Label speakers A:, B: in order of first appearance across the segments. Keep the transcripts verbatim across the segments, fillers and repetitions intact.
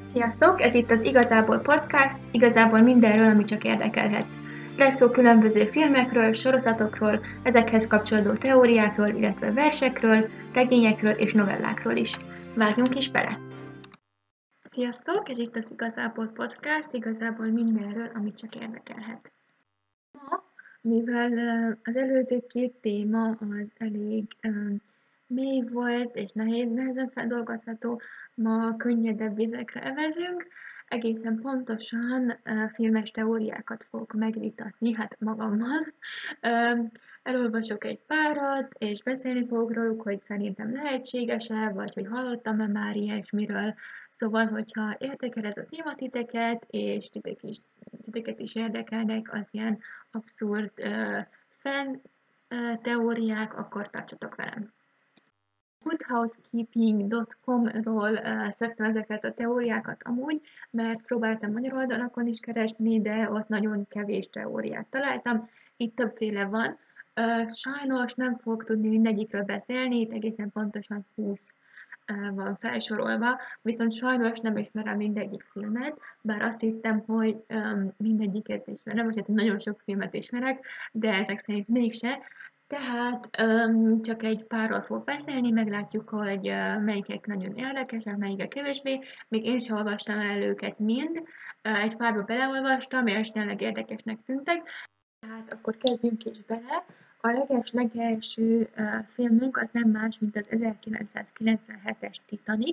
A: Sziasztok! Ez itt az Igazából Podcast, igazából mindenről, ami csak érdekelhet. Lesz szó különböző filmekről, sorozatokról, ezekhez kapcsolódó teóriákról, illetve versekről, regényekről és novellákról is. Vágjunk is bele! Sziasztok! Ez itt az Igazából Podcast, igazából mindenről, ami csak érdekelhet. Ma, mivel az előző két téma az elég um, mély volt és nehéz, nehezen feldolgozható, ma könnyedebb vizekre evezünk, egészen pontosan uh, filmes teóriákat fogok megvitatni, hát magammal. Um, elolvasok egy párat, és beszélni fogok róluk, hogy szerintem lehetséges-e, vagy hogy hallottam-e már ilyesmiről. Szóval, hogyha érdekel ez a téma titeket, és titek is, titeket is érdekelnek az ilyen abszurd uh, fan uh, teóriák, akkor tartsatok velem. good housekeeping dot com-ról uh, szedtem ezeket a teóriákat amúgy, mert próbáltam magyar oldalakon is keresni, de ott nagyon kevés teóriát találtam. Itt többféle van. Uh, sajnos nem fogok tudni mindegyikről beszélni, itt egészen pontosan húsz uh, van felsorolva, viszont sajnos nem ismerem mindegyik filmet, bár azt hittem, hogy um, mindegyiket ismerem, vagy hát nagyon sok filmet ismerek, de ezek szerint mégse. Tehát um, csak egy párról fog beszélni, meglátjuk, hogy uh, melyikek nagyon érdekesek, melyikek kevésbé. Még én sem olvastam el őket mind, uh, egy párba beleolvastam, és tényleg érdekesnek tűntek. Tehát akkor kezdjünk is bele. A leges-legelső uh, filmünk az nem más, mint az ezerkilencszázkilencvenhetes Titanic.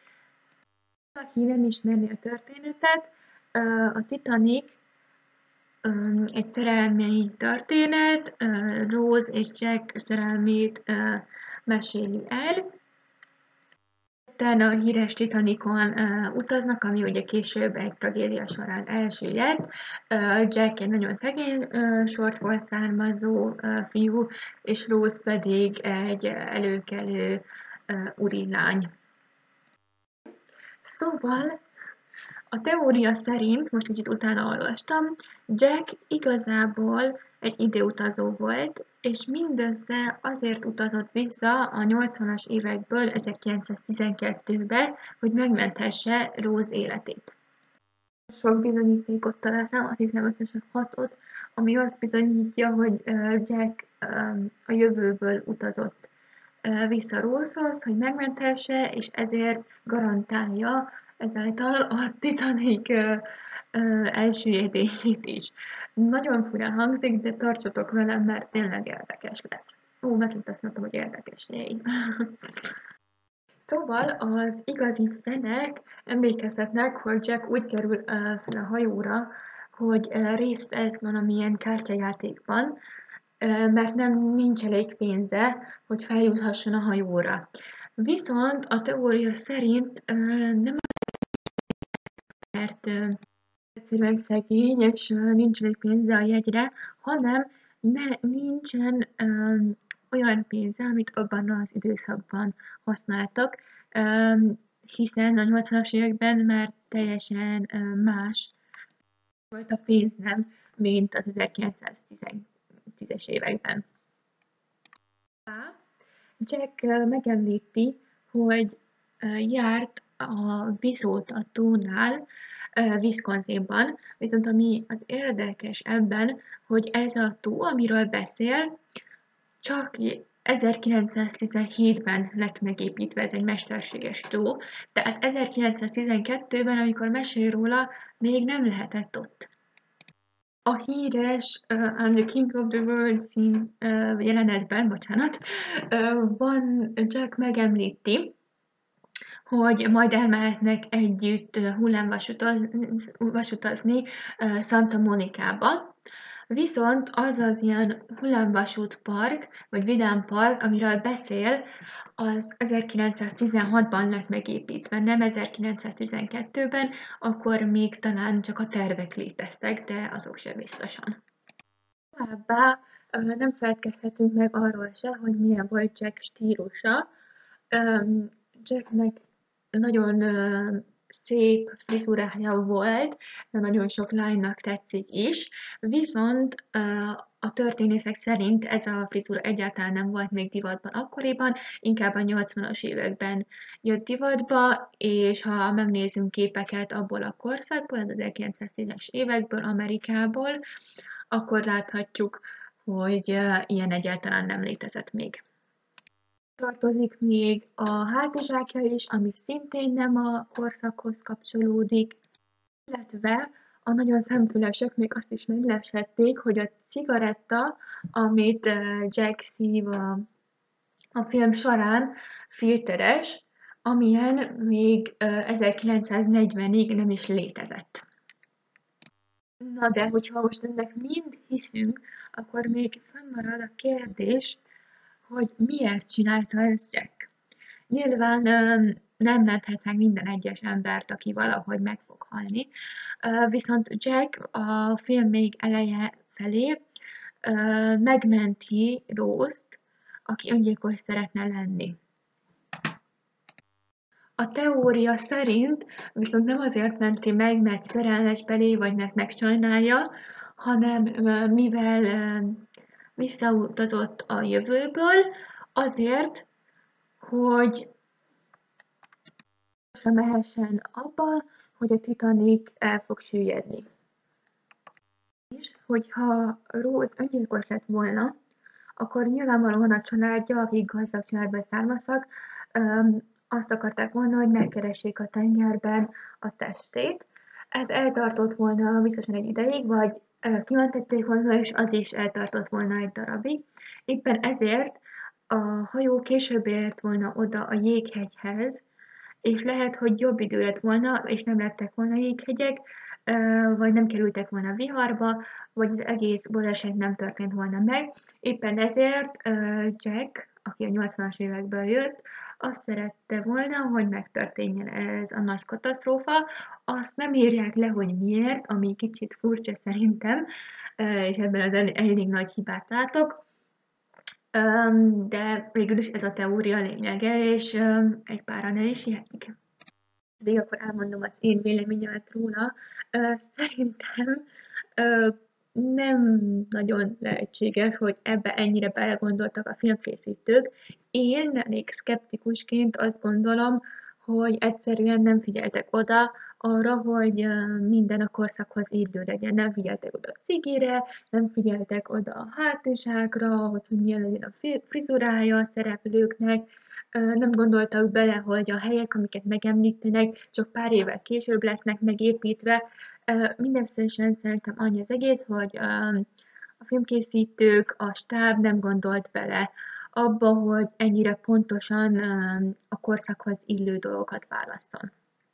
A: Aki nem ismerni a történetet, uh, a Titanic um, egy szerelmi történet, uh, Rose és Jack szerelmét uh, meséli el. Utána a híres Titanicon uh, utaznak, ami ugye később egy tragédia során elsüllyedt. Uh, Jack egy nagyon szegény uh, sortból származó uh, fiú, és Rose pedig egy előkelő uh, urilány. Szóval a teória szerint, most kicsit utána olvastam, Jack igazából egy időutazó volt, és mindössze azért utazott vissza a nyolcvanas évekből ezerkilencszáztizenkettőbe, hogy megmenthesse Rose életét. Sok bizonyítékot találtam, azt hiszem összesen hatot, ami azt bizonyítja, hogy Jack a jövőből utazott vissza Rosehoz, hogy megmenthesse, és ezért garantálja ezáltal a Titanic elsüllyedését is. Nagyon furán hangzik, de tartsatok velem, mert tényleg érdekes lesz. Ó, megint azt mondtam, hogy érdekes, jéj. Szóval az igazi fenek emlékezhetnek, hogy Jack úgy kerül uh, fel a hajóra, hogy uh, részt vesz valamilyen kártyajátékban, uh, mert nem nincs elég pénze, hogy feljuthasson a hajóra. Viszont a teória szerint uh, nem mert uh, egyszerűen szegény, és uh, nincs elég pénze a jegyre, hanem ne, nincsen um, olyan pénze, amit abban az időszakban használtak, um, hiszen a nyolcvanas években már teljesen um, más volt a pénznem, mint az ezerkilencszáztízes években. Jack uh, megemlíti, hogy uh, járt a Wissota tónál, Wisconsinban, viszont ami az érdekes ebben, hogy ez a tó, amiről beszél, csak ezerkilencszáztizenhétben lett megépítve, ez egy mesterséges tó, tehát ezerkilencszáztizenkettőben, amikor mesél róla, még nem lehetett ott. A híres uh, I'm the King of the World szín uh, jelenetben, bocsánat, uh, van Jack megemlíti, hogy majd elmehetnek együtt hullámvasutazni Santa Monikába. Viszont az az ilyen hullámvasút park, vagy vidám park, amiről beszél, az ezerkilencszáztizenhatban lett megépítve, nem ezerkilencszáztizenkettőben, akkor még talán csak a tervek léteztek, de azok sem biztosan. Továbbá nem feledkezhetünk meg arról se, hogy milyen volt Jack stílusa. Jacknek nagyon uh, szép frizurája volt, de nagyon sok lánynak tetszik is, viszont a történészek szerint ez a frizura egyáltalán nem volt még divatban akkoriban, inkább a nyolcvanas években jött divatba, és ha megnézünk képeket abból a korszakból, az ezerkilencszáztízes évekből, Amerikából, akkor láthatjuk, hogy ilyen egyáltalán nem létezett még. Tartozik még a hátizsákja is, ami szintén nem a korszakhoz kapcsolódik, illetve a nagyon szemfülesek még azt is megleshették, hogy a cigaretta, amit Jack szív a, a film során, filteres, amilyen még ezerkilencszáznegyvenig nem is létezett. Na de, hogyha most ennek mind hiszünk, akkor még fennmarad a kérdés, hogy miért csinálta ezt Jack. Nyilván nem menthet meg minden egyes embert, aki valahogy meg fog halni, viszont Jack a film még eleje felé megmenti Rose-t, aki öngyilkos szeretne lenni. A teória szerint viszont nem azért menti meg, mert szerelmes belé, vagy mert megsajnálja, hanem mivel visszautazott a jövőből, azért, hogy sem mehessen abban, hogy a Titanic el fog süllyedni. És hogyha Rose öngyilkos lett volna, akkor nyilvánvalóan a családja, akik gazdag családból származtak, azt akarták volna, hogy megkeressék a tengerben a testét. Ez eltartott volna biztosan egy ideig, vagy kimentették volna, és az is eltartott volna egy darabig. Éppen ezért a hajó később ért volna oda a jéghegyhez, és lehet, hogy jobb idő lett volna, és nem lettek volna jéghegyek, vagy nem kerültek volna viharba, vagy az egész baleset nem történt volna meg. Éppen ezért Jack, aki a nyolcvanas évekből jött, azt szerette volna, hogy megtörténjen ez a nagy katasztrófa. Azt nem írják le, hogy miért, ami kicsit furcsa szerintem, és ebben az elég nagy hibát látok. De végül is ez a teória lényege, és egy páran el is hihetik. De akkor elmondom az én véleményemet róla. Szerintem nem nagyon lehetséges, hogy ebbe ennyire belegondoltak a filmkészítők. Én elég szkeptikusként azt gondolom, hogy egyszerűen nem figyeltek oda arra, hogy minden a korszakhoz illő legyen. Nem figyeltek oda a cigire, nem figyeltek oda a hátizsákra, ahhoz, hogy milyen legyen a frizurája a szereplőknek, nem gondoltak bele, hogy a helyek, amiket megemlítenek, csak pár évvel később lesznek megépítve. Mindösszesen szerintem annyi az egész, hogy a filmkészítők, a stáb nem gondolt bele abba, hogy ennyire pontosan a korszakhoz illő dolgokat válasszon.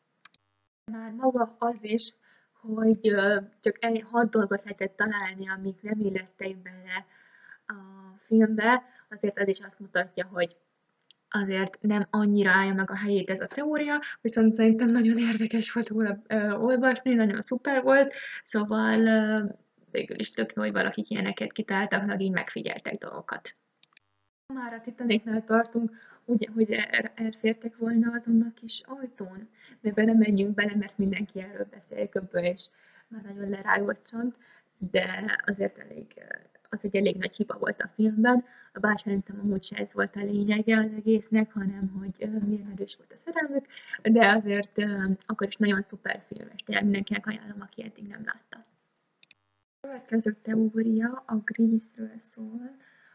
A: Már maga az is, hogy csak hat dolgot lehetett találni, amik nem illettek bele a filmbe, azért az is azt mutatja, hogy azért nem annyira állja meg a helyét ez a teória, viszont szerintem nagyon érdekes volt róla olvasni, nagyon szuper volt, szóval végül is tök jó, hogy valakik ilyeneket kitáltak, meg így megfigyeltek dolgokat. Már a Titanicnál tartunk, ugye, hogy elfértek volna azon a kis ajtón, de bele menjünk bele, mert mindenki erről beszél köbből, és már nagyon lerágott csont, de azért elég, az egy elég nagy hiba volt a filmben, bár szerintem amúgy se ez volt a lényege az egésznek, hanem hogy milyen erős volt a szerelmük, de azért akkor is nagyon szuper film, és tényleg mindenkinek ajánlom, aki eddig nem látta. A következő teória a Grease-ről szól,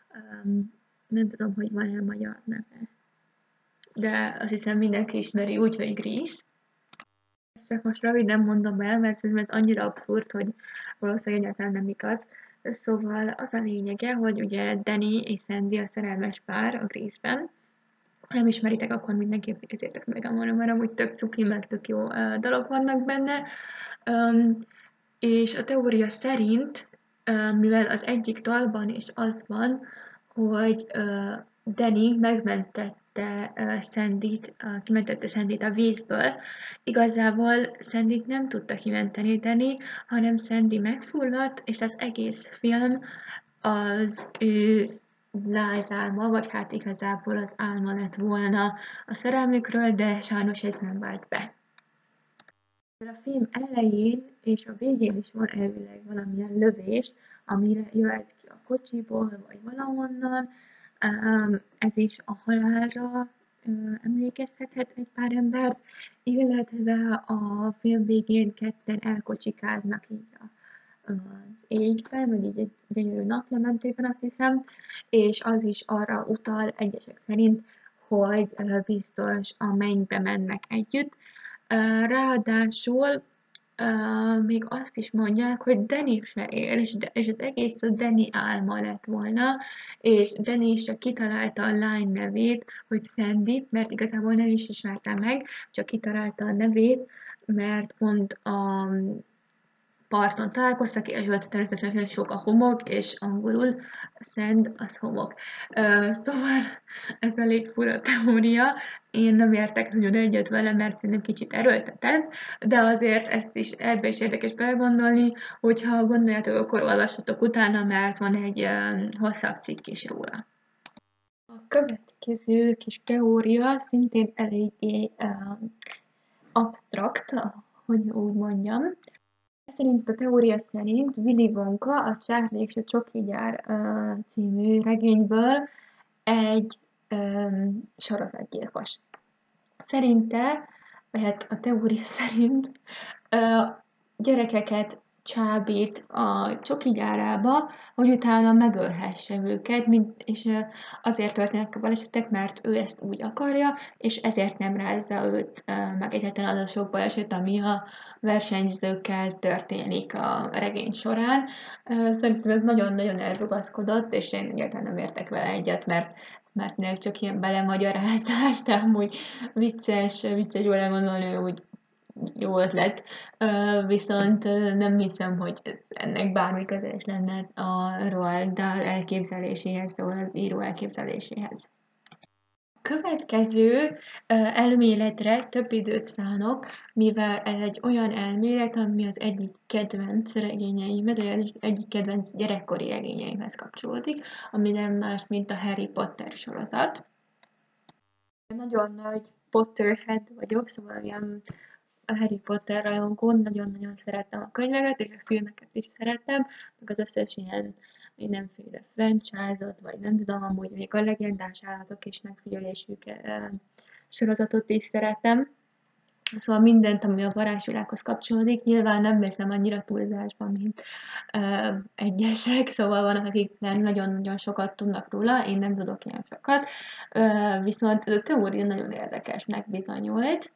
A: nem tudom, hogy van-e magyar neve, de azt hiszem mindenki ismeri úgy, hogy Grease. Ezt csak most röviden mondom el, mert ez annyira abszurd, hogy valószínűleg egyáltalán nem igaz. Szóval az a lényege, hogy ugye Danny és Sandy a szerelmes pár a Grease-ben. Ha nem ismeritek, akkor mindenképp nézzétek meg, mert amúgy tök cuki, meg tök jó uh, dalok vannak benne. Um, és a teória szerint, uh, mivel az egyik dalban is az van, hogy uh, Danny megmentette uh, Sandyt, uh, kimentette Sandyt a vízből. Igazából Sandyt nem tudta kimenteni Danny, hanem Sandy megfulladt, és az egész film az ő lázálma, vagy hát igazából az álma lett volna a szerelmükről, de sajnos ez nem vált be. A film elején és a végén is van elvileg valamilyen lövés, amire jöhet ki a kocsiból, vagy valahonnan. Um, ez is a halálra uh, emlékeztethet egy pár embert, illetve a film végén ketten elkocsikáznak így a, az égben, vagy így egy gyönyörű naplementében, azt hiszem, és az is arra utal egyesek szerint, hogy uh, biztos a mennybe mennek együtt. Uh, ráadásul uh, még azt is mondják, hogy Danny se él, és, és az egész a Danny álma lett volna, és Danny is kitalálta a lány nevét, hogy Sandy, mert igazából nem is ismerte meg, csak kitalálta a nevét, mert pont a parton találkoztak, és volt természetesen sok a homok, és angolul sand az homok. Uh, szóval ez elég fura teória, én nem értek nagyon egyet vele, mert szerintem kicsit erőltetett, de azért ezt is ebbe is érdekes belegondolni, hogyha gondoljátok, akkor olvassatok utána, mert van egy uh, hosszabb cikk is róla. A következő kis teória szintén eléggé uh, absztrakt, hogy úgy mondjam. Szerint a teória szerint Willy Wonka a Charlie és a Csoki gyár uh, című regényből egy um, sorozatgyilkos. Szerinte, vagy hát a teória szerint uh, gyerekeket csábít a csoki gyárába, hogy utána megölhesse őket, mint, és uh, azért történnek a balesetek, mert ő ezt úgy akarja, és ezért nem rázza őt uh, meg egyáltalán az a sok baleset, ami a versenyzőkkel történik a regény során. Uh, szerintem ez nagyon-nagyon elrugaszkodott, és én egyáltalán nem értek vele egyet, mert mert tényleg csak ilyen belemagyarázás, de amúgy vicces, vicces jól elgondolni, hogy jó ötlet. Uh, viszont uh, nem hiszem, hogy ennek bármi köze is lenne a Roald Dahl elképzeléséhez, szóval az író elképzeléséhez. Következő uh, elméletre több időt szánok, mivel ez egy olyan elmélet, ami az egyik kedvenc regényeimhez, vagy az egyik kedvenc gyerekkori regényeimhez kapcsolódik, ami nem más, mint a Harry Potter sorozat. Nagyon nagy Potterhead vagyok, szóval ilyen a Harry Potter rajongó, nagyon-nagyon szeretem a könyveket, és a filmeket is szeretem, meg az összes ilyen mindenféle franchise-ot, vagy nem tudom, amúgy még a legendás állatok és megfigyelésük e, sorozatot is szeretem. Szóval mindent, ami a varázsvilághoz kapcsolódik, nyilván nem veszem annyira túlzásba, mint uh, egyesek, szóval vannak, akik nagyon-nagyon sokat tudnak róla, én nem tudok ilyen sokat, uh, viszont a teória nagyon érdekesnek bizonyult.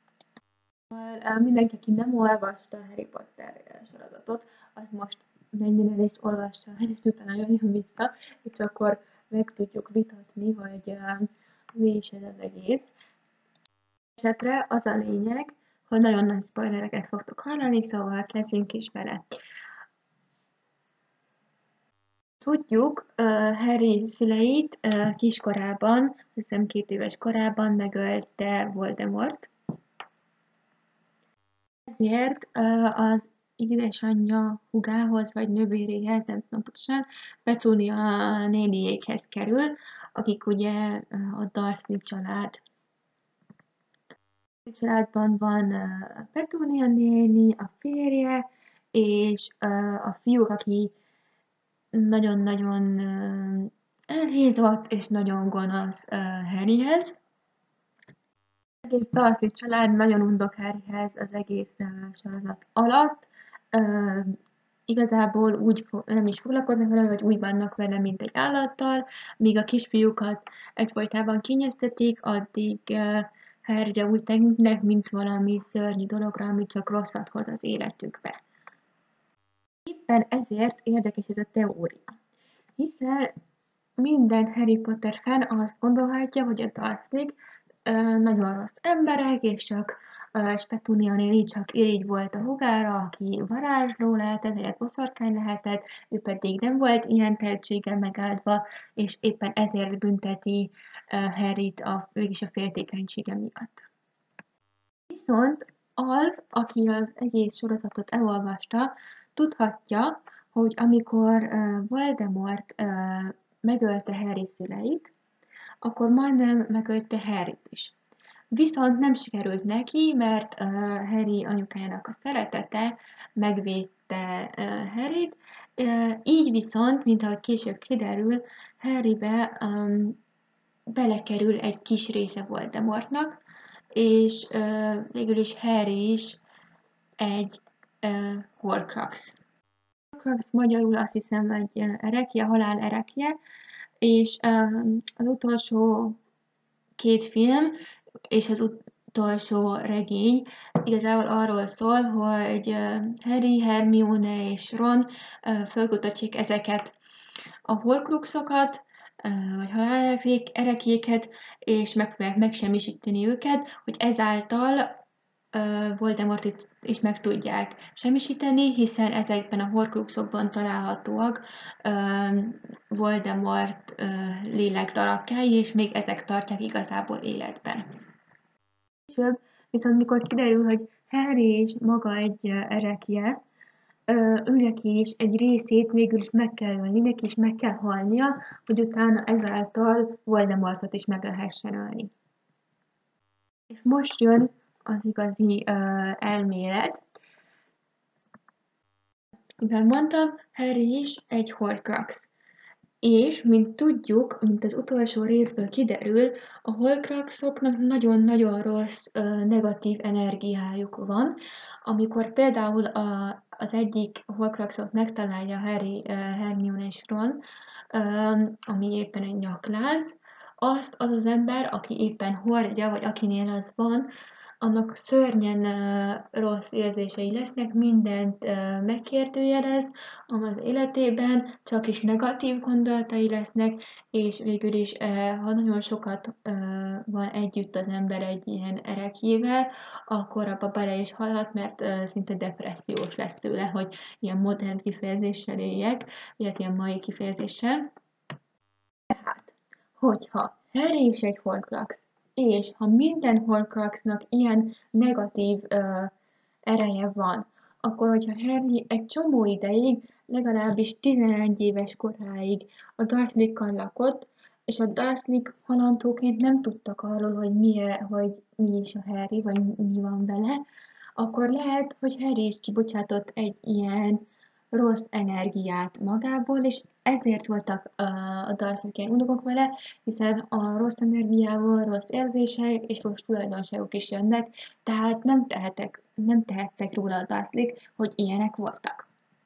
A: Uh, mindenki, aki nem olvasta a Harry Potter sorozatot, az most menjen el és olvassa, és utána jöjjön vissza, és akkor meg tudjuk vitatni, hogy uh, mi is ez az egész. Esetre az a lényeg, hogy nagyon nagy spoilereket fogtok hallani, szóval kezdjünk is vele. Tudjuk, uh, Harry szüleit uh, kiskorában, hiszem két éves korában megölte Voldemort. Ezért uh, az édesanyja húgához, vagy nővéréhez, nem tudom pontosan, Petúnia néniékhez kerül, akik ugye uh, a Dursley család. A családban van uh, Petúnia néni, a férje, és uh, a fiúk, aki nagyon-nagyon uh, elhízott, és nagyon gonosz uh, Harryhez. Az egész Dursley család nagyon undok Harryhez az egész uh, sorozat alatt. Uh, igazából úgy nem is foglalkoznak vele, vagy úgy vannak vele, mint egy állattal, míg a kisfiúkat egyfolytában kényeztetik, addig uh, Harryre úgy tekintenek, mint valami szörnyű dologra, ami csak rosszat hoz az életükbe. Éppen ezért érdekes ez a teória, hiszen minden Harry Potter fan azt gondolhatja, hogy a Dursleyk nagyon rossz emberek, és csak uh, Petúnia néni csak irigy volt a húgára, aki varázsló lehetett, illetve boszorkány lehetett, ő pedig nem volt ilyen tehetséggel megáldva, és éppen ezért bünteti uh, Harryt a, mégis a féltékenysége miatt. Viszont az, aki az egész sorozatot elolvasta, tudhatja, hogy amikor uh, Voldemort uh, megölte Harry szüleit, akkor majdnem megölte Harryt is. viszont nem sikerült neki, mert uh, Harry anyukájának a szeretete megvédte uh, Harryt, uh, így viszont, mint ahogy később kiderül, Harrybe um, belekerül egy kis része Voldemortnak, és uh, végül is Harry is egy uh, Horcrux. Horcrux magyarul azt hiszem egy uh, erekje, halál erekje, és uh, az utolsó két film, és az utolsó regény igazából arról szól, hogy Harry, Hermione és Ron fölkutatják ezeket a horcruxokat, vagy halálerekéket, és megpróbálják megsemmisíteni őket, hogy ezáltal Voldemortot is meg tudják semmisíteni, hiszen ezekben a horcruxokban találhatóak Voldemort lélekdarabkái, és még ezek tartják igazából életben. Később viszont mikor kiderül, hogy Harry is maga egy erekje, ő neki is egy részét végül is meg kell ölni, neki is meg kell halnia, hogy utána ezáltal Voldemortot is meg lehessen ölni. És most jön az igazi uh, elmélet. Mivel mondtam, Harry is egy Horcrux. És, mint tudjuk, mint az utolsó részből kiderül, a Horcruxoknak nagyon-nagyon rossz uh, negatív energiájuk van. Amikor például a, az egyik Horcruxot megtalálja Harry, uh, Hermione és Ron, uh, ami éppen egy nyaklánc, azt az az ember, aki éppen hordja, vagy akinél az van, annak szörnyen uh, rossz érzései lesznek, mindent uh, megkérdőjelez, az életében csak is negatív gondolatai lesznek, és végül is, uh, ha nagyon sokat uh, van együtt az ember egy ilyen erekjével, akkor abba bele is halhat, mert uh, szinte depressziós lesz tőle, hogy ilyen modern kifejezéssel éljek, illetve ilyen mai kifejezéssel. Tehát, hogyha Harry is egy Horcrux, és ha minden Horcruxnak ilyen negatív uh, ereje van, akkor hogyha Harry egy csomó ideig, legalábbis tizenegy éves koráig a Dursley-kkal lakott, és a Dursley-k halandóként nem tudtak arról, hogy mi, hogy mi is a Harry, vagy mi van vele, akkor lehet, hogy Harry is kibocsátott egy ilyen rossz energiát magából, és ezért voltak uh, a Dursley-k ilyen undokok vele, hiszen a rossz energiával rossz érzések és rossz tulajdonságok is jönnek, tehát nem tehetek, nem tehettek róla a Dursley-k, hogy ilyenek voltak.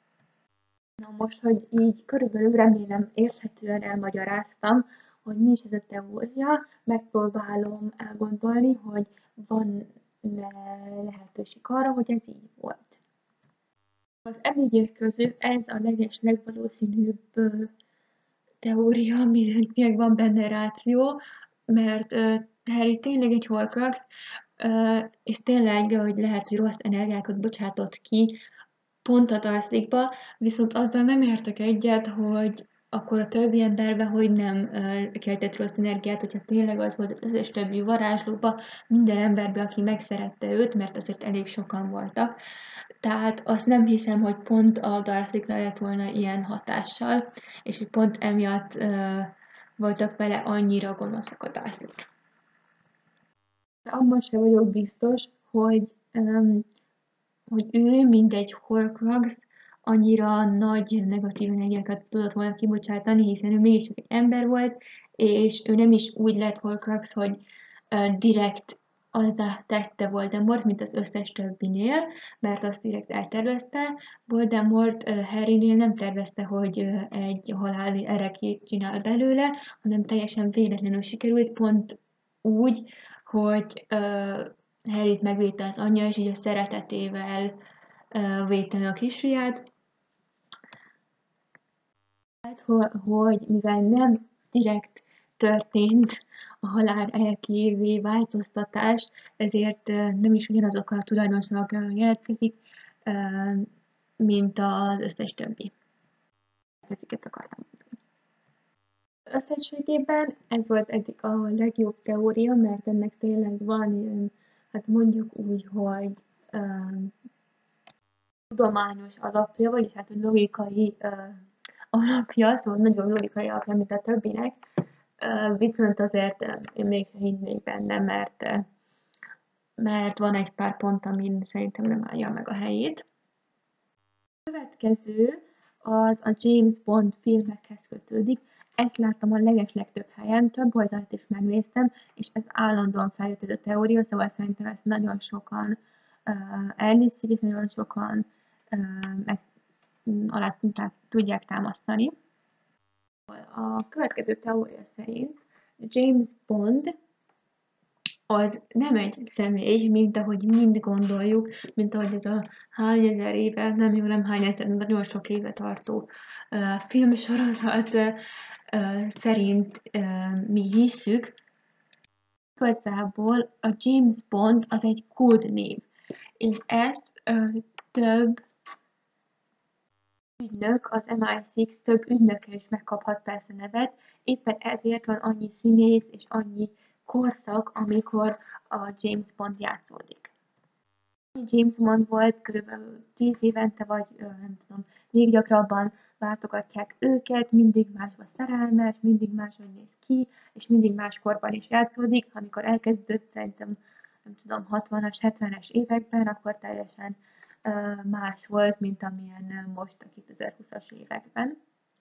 A: Na most, hogy így körülbelül remélem érthetően elmagyaráztam, hogy mi is ez a teória, megpróbálom elgondolni, hogy van lehetőség arra, hogy ez így volt. Az említők közül ez a leges legvalószínűbb teória, aminek van benne ráció, mert uh, Harry tényleg egy Horcrux, uh, és tényleg, hogy lehet, hogy rossz energiákat bocsátott ki pont a Dursley-ba, viszont azzal nem értek egyet, hogy akkor a többi emberben hogy nem uh, keltett rossz energiát, hogyha tényleg az volt az összes többi varázslóba, minden emberben, aki megszerette őt, mert azért elég sokan voltak. Tehát azt nem hiszem, hogy pont a Dursley-kra lett volna ilyen hatással, és hogy pont emiatt uh, voltak vele annyira gonoszak a Dursley-k. De abban sem vagyok biztos, hogy, um, hogy ő, mint egy Horcrux, annyira nagy negatív energiákat tudott volna kibocsátani, hiszen ő mégiscsak egy ember volt, és ő nem is úgy lett Horcrux, hogy uh, direkt azzá tette Voldemort, mint az összes többinél, mert azt direkt eltervezte. Voldemort uh, Harrynél nem tervezte, hogy uh, egy haláli erekét csinál belőle, hanem teljesen véletlenül sikerült, pont úgy, hogy uh, Harryt megvédte az anyja, és így a szeretetével uh, védte a kisfiát. Tehát, hogy mivel nem direkt történt a halál elkévé változtatás, ezért nem is ugyanazokkal a tulajdonságokkal jelentkezik, mint az összes többi. Ezeket akartam mondani. Összességében ez volt eddig a legjobb teória, mert ennek tényleg van ilyen, hát mondjuk úgy, hogy um, tudományos alapja, vagyis hát egy logikai uh, alapja, szóval nagyon logikai alapja, mint a többinek, uh, viszont azért uh, én mégsem hinnék benne, mert uh, mert van egy pár pont, amin szerintem nem állja meg a helyét. A következő az a James Bond filmekhez kötődik. Ezt láttam a legeslegtöbb helyen, több oldalt is megnéztem, és ez állandóan feljött ez a teória, szóval szerintem ezt nagyon sokan uh, elnézték, és nagyon sokan uh, meg, alá tudják támasztani. A következő teória szerint James Bond az nem egy személy, mint ahogy mind gondoljuk, mint ahogy ez a hány ezer éve, nem jó, nem hány ezer, nagyon sok éve tartó uh, filmsorozat uh, szerint uh, mi hisszük. Igazából a James Bond az egy kódnév, és ezt uh, több ügynök, az em i hat több ügynöke is megkaphatta ezt a nevet, éppen ezért van annyi színész és annyi korszak, amikor a James Bond játszódik. James Bond volt körülbelül tíz évente, vagy nem tudom, még gyakrabban váltogatják őket, mindig másba szerelmes, mindig máshogy néz ki, és mindig más korban is játszódik. Amikor elkezdődött szerintem, nem tudom, hatvanas, hetvenes években, akkor teljesen más volt, mint amilyen most a kétezer-húszas években.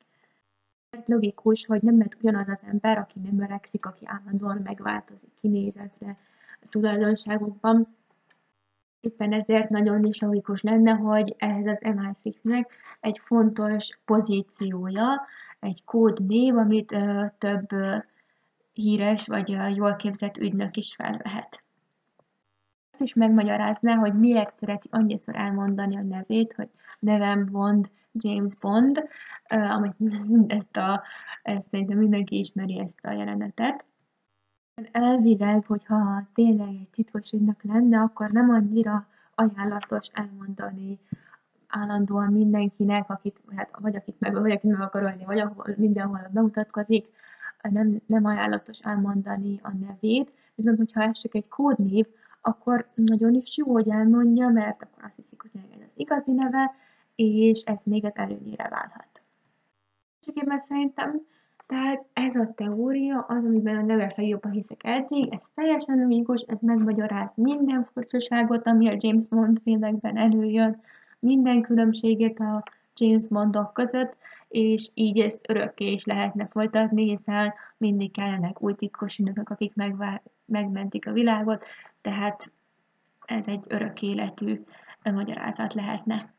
A: Logikus, hogy nem lehet ugyanaz az ember, aki nem öregszik, aki állandóan megváltozik kinézetre, tulajdonságokban. Éppen ezért nagyon is logikus lenne, hogy ehhez az em i hatnak egy fontos pozíciója, egy kódnév, amit ö, több ö, híres vagy ö, jól képzett ügynök is felvehet. Azt is megmagyarázná, hogy miért szereti annyiszor elmondani a nevét, hogy nevem Bond, James Bond, ö, amit ezt, a, ezt szerintem mindenki ismeri ezt a jelenetet. Elvileg, hogyha tényleg egy titkos ügynök lenne, akkor nem annyira ajánlatos elmondani állandóan mindenkinek, akit, hát, vagy akit meg, vagy akit meg akar ölni, vagy ahol, mindenhol bemutatkozik, nem, nem ajánlatos elmondani a nevét, viszont hogyha ez csak egy kódnév, akkor nagyon is jó, hogy elmondja, mert akkor azt hiszik, hogy ez az igazi neve, és ez még az előnyére válhat. Egyébként szerintem, tehát ez a teória az, amiben a legeslegjobban hiszek eddig, ez teljesen logikus, ez megmagyaráz minden furcsaságot, ami a James Bond filmekben előjön, minden különbséget a James Bondok között, és így ezt örökké is lehetne folytatni, hiszen mindig kellenek új titkos ügynökök, akik megvá- megmentik a világot, tehát ez egy örök életű magyarázat lehetne.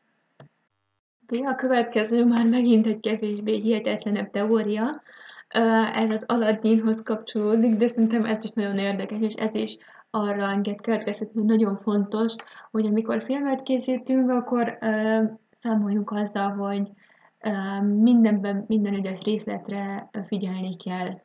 A: A következő már megint egy kevésbé hihetetlenebb teória, ez az Aladdinhoz kapcsolódik, de szerintem ez is nagyon érdekes, és ez is arra enged következtetni, hogy nagyon fontos, hogy amikor filmet készítünk, akkor uh, számoljunk azzal, hogy uh, mindenben, minden egyes részletre figyelni kell.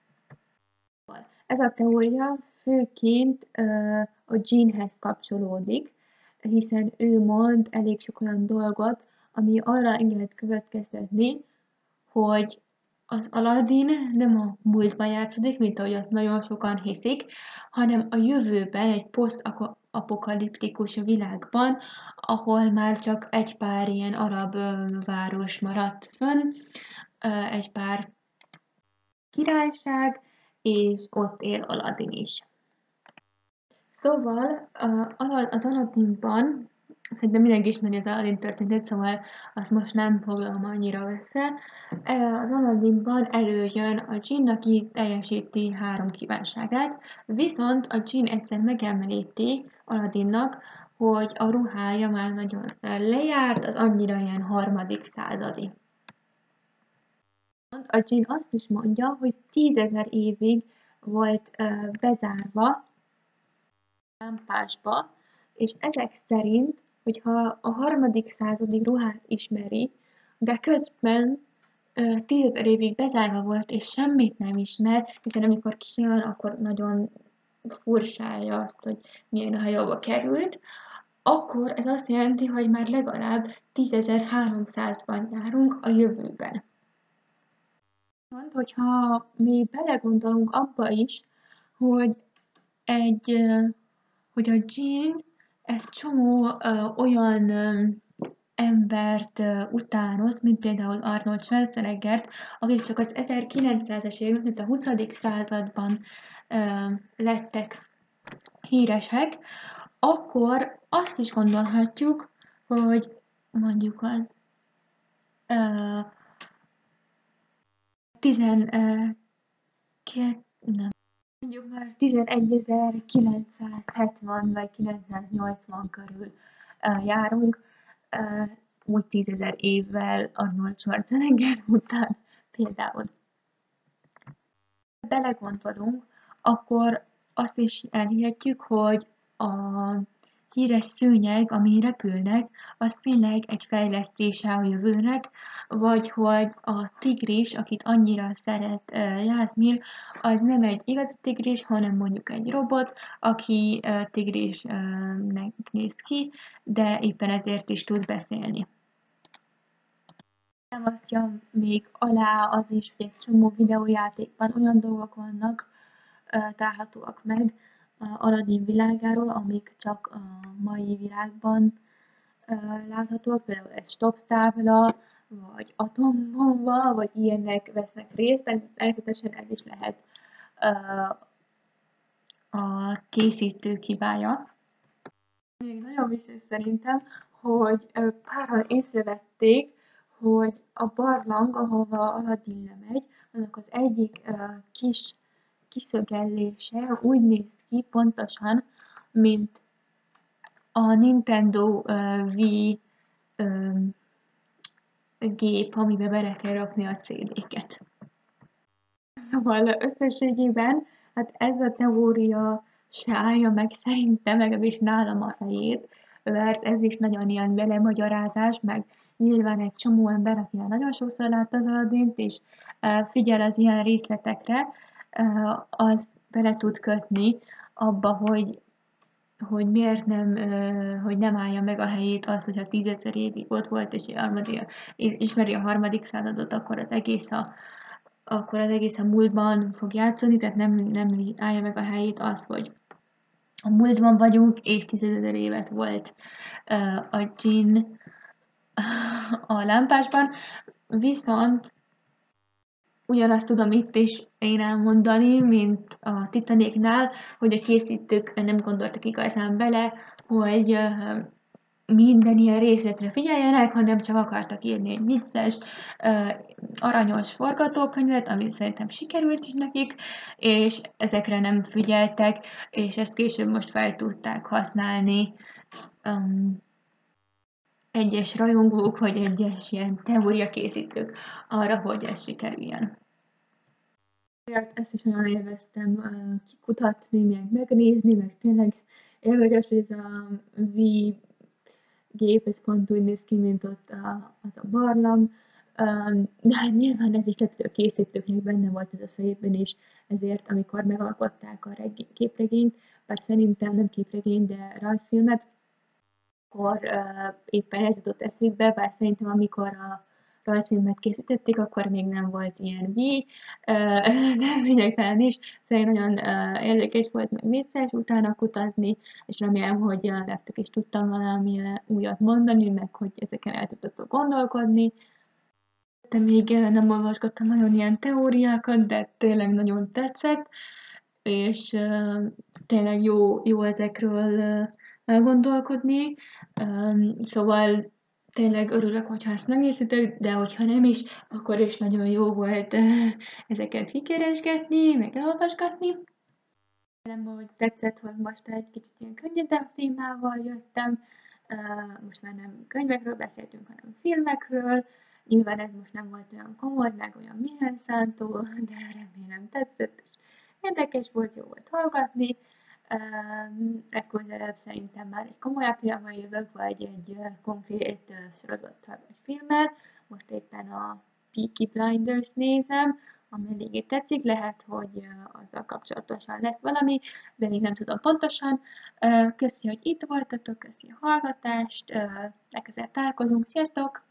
A: Ez a teória főként uh, a Jeanhez kapcsolódik, hiszen ő mond elég sok olyan dolgot, ami arra enged következtetni, hogy az Aladdin nem a múltban játszódik, mint ahogy azt nagyon sokan hiszik, hanem a jövőben, egy posztapokaliptikus világban, ahol már csak egy pár ilyen arab város maradt fönn, egy pár királyság, és ott él Aladdin is. Szóval az Aladdinban, szerintem mindenki ismeri az Aladdin történetet, szóval azt most nem foglalom annyira össze. Az Aladdinban előjön a dzsinn, aki teljesíti három kívánságát, viszont a dzsinn egyszer megemlíti Aladdinnak, hogy a ruhája már nagyon lejárt, az annyira ilyen harmadik századi. A dzsinn azt is mondja, hogy tízezer évig volt bezárva lámpásba, és ezek szerint, hogyha a harmadik századi ruhát ismeri, de közben tízezer évig bezárva volt, és semmit nem ismer, hiszen amikor kijön, akkor nagyon furcsálja azt, hogy milyen a hajóba került, akkor ez azt jelenti, hogy már legalább tízezer-háromszázban járunk a jövőben. Viszont, hogyha mi belegondolunk abba is, hogy egy hogy a dzsinn egy csomó ö, olyan ö, embert ö, utánoz, mint például Arnold Schwarzeneggert, akik csak az ezerkilencszázas évek, mint a huszadik században ö, lettek híresek, akkor azt is gondolhatjuk, hogy mondjuk az ö, tizen, ö, két, nem, mondjuk már tizenegyezer-kilencszázhetven vagy kilencszáznyolcvan körül ö, járunk, ö, úgy tízezer évvel Arnold Schwarzenegger után például. Belegondolunk, akkor azt is elhihetjük, hogy a híres szőnyeg, amin repülnek, az tényleg egy fejlesztése a jövőnek, vagy hogy a tigris, akit annyira szeret uh, Jászmír, az nem egy igazi tigris, hanem mondjuk egy robot, aki uh, tigrisnek uh, néz ki, de éppen ezért is tud beszélni. Támasztja még alá az is, hogy egy csomó videójátékban olyan dolgok vannak, találhatóak meg Aladdin világáról, amik csak a mai világban láthatóak, például egy stop tábla, vagy atombomba, vagy ilyenek vesznek részt, természetesen ez is lehet a készítők hibája. Még nagyon biztos szerintem, hogy páran észrevették, hogy a barlang, ahova Aladdin lemegy, annak az egyik kis kiszögellése úgy néz ki pontosan, mint a Nintendo uh, Wii uh, gép, amiben bele kell rakni a cé dé-ket. Szóval összességében, hát ez a teória se állja meg szerintem, legalábbis nálam a fejét, mert ez is nagyon ilyen belemagyarázás, meg nyilván egy csomó ember, aki már nagyon sokszor látta az Aladdint, és uh, figyel az ilyen részletekre, uh, az bele tud kötni abba, hogy, hogy miért nem, uh, hogy nem állja meg a helyét az, hogyha tízezer évig ott volt, és harmadik, ismeri a harmadik századot, akkor az egész a, akkor az egész a múltban fog játszani, tehát nem, nem állja meg a helyét az, hogy a múltban vagyunk, és tízezer évet volt uh, a dzsinn a lámpásban, viszont ugyanazt tudom itt is én elmondani, mint a Titanicnál, hogy a készítők nem gondoltak igazán bele, hogy minden ilyen részletre figyeljenek, hanem csak akartak írni egy vicces, aranyos forgatókönyvet, ami szerintem sikerült is nekik, és ezekre nem figyeltek, és ezt később most fel tudták használni um, egyes rajongók, vagy egyes ilyen teóriakészítők arra, hogy ez sikerüljön. Ezt is nagyon élveztem uh, kikutatni, meg megnézni, meg tényleg érdekes, hogy ez a Wii gép, ez pont úgy néz ki, mint ott a, az a barlang, um, de hát nyilván ez is lehet, hogy a készítőknek benne volt ez a fejében, és ezért, amikor megalkották a regé- képregényt, bár szerintem nem képregény, de rajzfilmet, akkor uh, éppen ez jutott eszükbe, bár szerintem amikor a rajzfilmet készítették, akkor még nem volt ilyen Wii, uh, de ez lényegtelen is, szerintem nagyon uh, érdekes volt, meg vicces utána kutazni, és remélem, hogy uh, nektek is tudtam valami uh, újat mondani, meg hogy ezeken el tudtatok gondolkodni. De még uh, nem olvasgattam nagyon ilyen teóriákat, de tényleg nagyon tetszett, és uh, tényleg jó, jó ezekről uh, elgondolkodni, um, szóval tényleg örülök, hogyha ezt megnézitek, de hogyha nem is, akkor is nagyon jó volt uh, ezeket kikeresgetni, meg elolvasgatni. Remélem, hogy tetszett, hogy most egy kicsit ilyen könnyedebb témával jöttem. Uh, most már nem könyvekről beszéltünk, hanem filmekről. Nyilván ez most nem volt olyan komoly, meg olyan milyen szántó, de remélem tetszett, és érdekes volt, jó volt hallgatni. Uh, legközelebb szerintem már egy komolyabb témával jövök, vagy egy uh, konkrét uh, sorozattal vagy filmmel. Most éppen a Peaky Blinders nézem, ami eléggé tetszik, lehet, hogy uh, azzal kapcsolatosan lesz valami, de még nem tudom pontosan. Uh, köszi, hogy itt voltatok, köszi a hallgatást, uh, legközelebb találkozunk, sziasztok!